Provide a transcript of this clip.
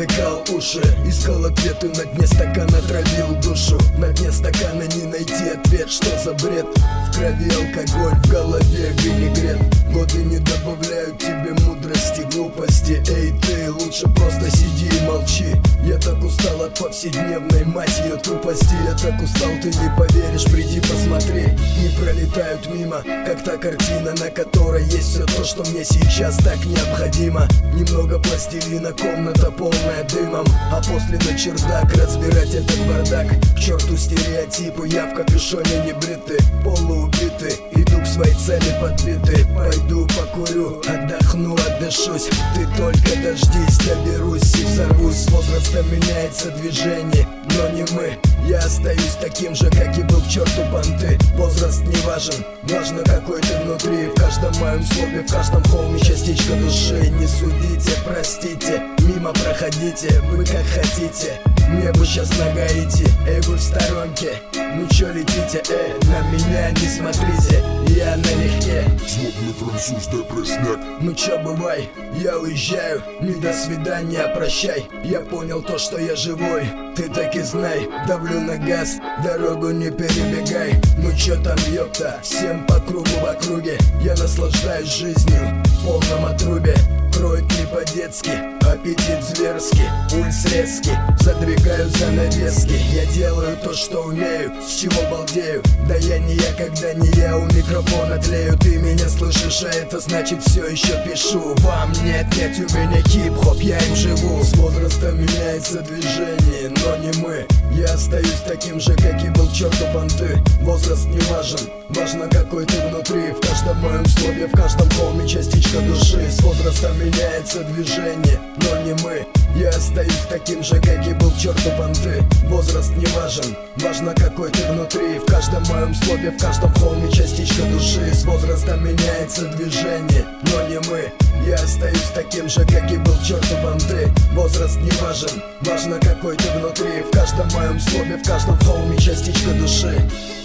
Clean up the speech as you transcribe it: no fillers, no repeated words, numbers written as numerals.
затыкал уши, искал ответы на дне стакана, травил душу. На дне стакана не найти ответ, что за бред? В крови алкоголь, в голове винегрет. Годы не добавляют тебе мудрости, глупости. Эй, ты лучше просто сиди и молчи. Я так устал от повседневной, мать ее, тупости. Я так устал, ты не поверишь, приди посмотри. Не пролетают мимо, как та картина, на которой есть все то, что мне сейчас так необходимо. Немного пластилина, комната полная дымом, а после на чердак разбирать этот бардак. К черту стереотипы, я в капюшоне не бритый, полуубитый, иду к своей цели подбитый. Пойду покурю, отдохну, отдышусь. Ты только дождись, доберусь и взорвусь. С возрастом меняется движение, но не мы. Я остаюсь таким же, как и был, к черту понты. Возраст не важен, важно какой ты внутри. В каждом моем слове, в каждом холме частичка души. Не судите, простите, мимо проходите, вы как хотите. Мне бы сейчас нога идти, эй, вы в сторонке. Ну чё летите, на меня не смотрите, я налегке. Злобный француз, депрессняк. Ну чё, бывай, я уезжаю, не до свидания, прощай. Я понял то, что я живой, ты так и знай. Давлю на газ, дорогу не перебегай. Ну чё там, ёпта, всем по кругу в округе. Я наслаждаюсь жизнью в полном отрубе. Кроет не по-детски, аппетит зверский, пульс резкий, задвигаю занавески. Я делаю то, что умею, с чего балдею. Да я не я, когда не я, у микрофона тлею. Ты меня слышишь, а это значит все еще пишу. Вам нет, у меня хип-хоп, я им живу. С возрастом меняется движение, но не мы. Я остаюсь таким же, как и был, к черту понты. Возраст не важен, важно какой ты внутри. В каждом моем слове, в каждом холме частичка души. С возрастом меняется движение, но не мы. Я остаюсь таким же, как и был, к черту понты. Возраст не важен, важно какой ты внутри. В каждом моем слове, в каждом холме частичка души. С возрастом меняется движение, но не мы. Я остаюсь таким же, как и был, к черту понты. Возраст не важен, важно какой ты внутри. В каждом моем слове, в каждом холме частичка души.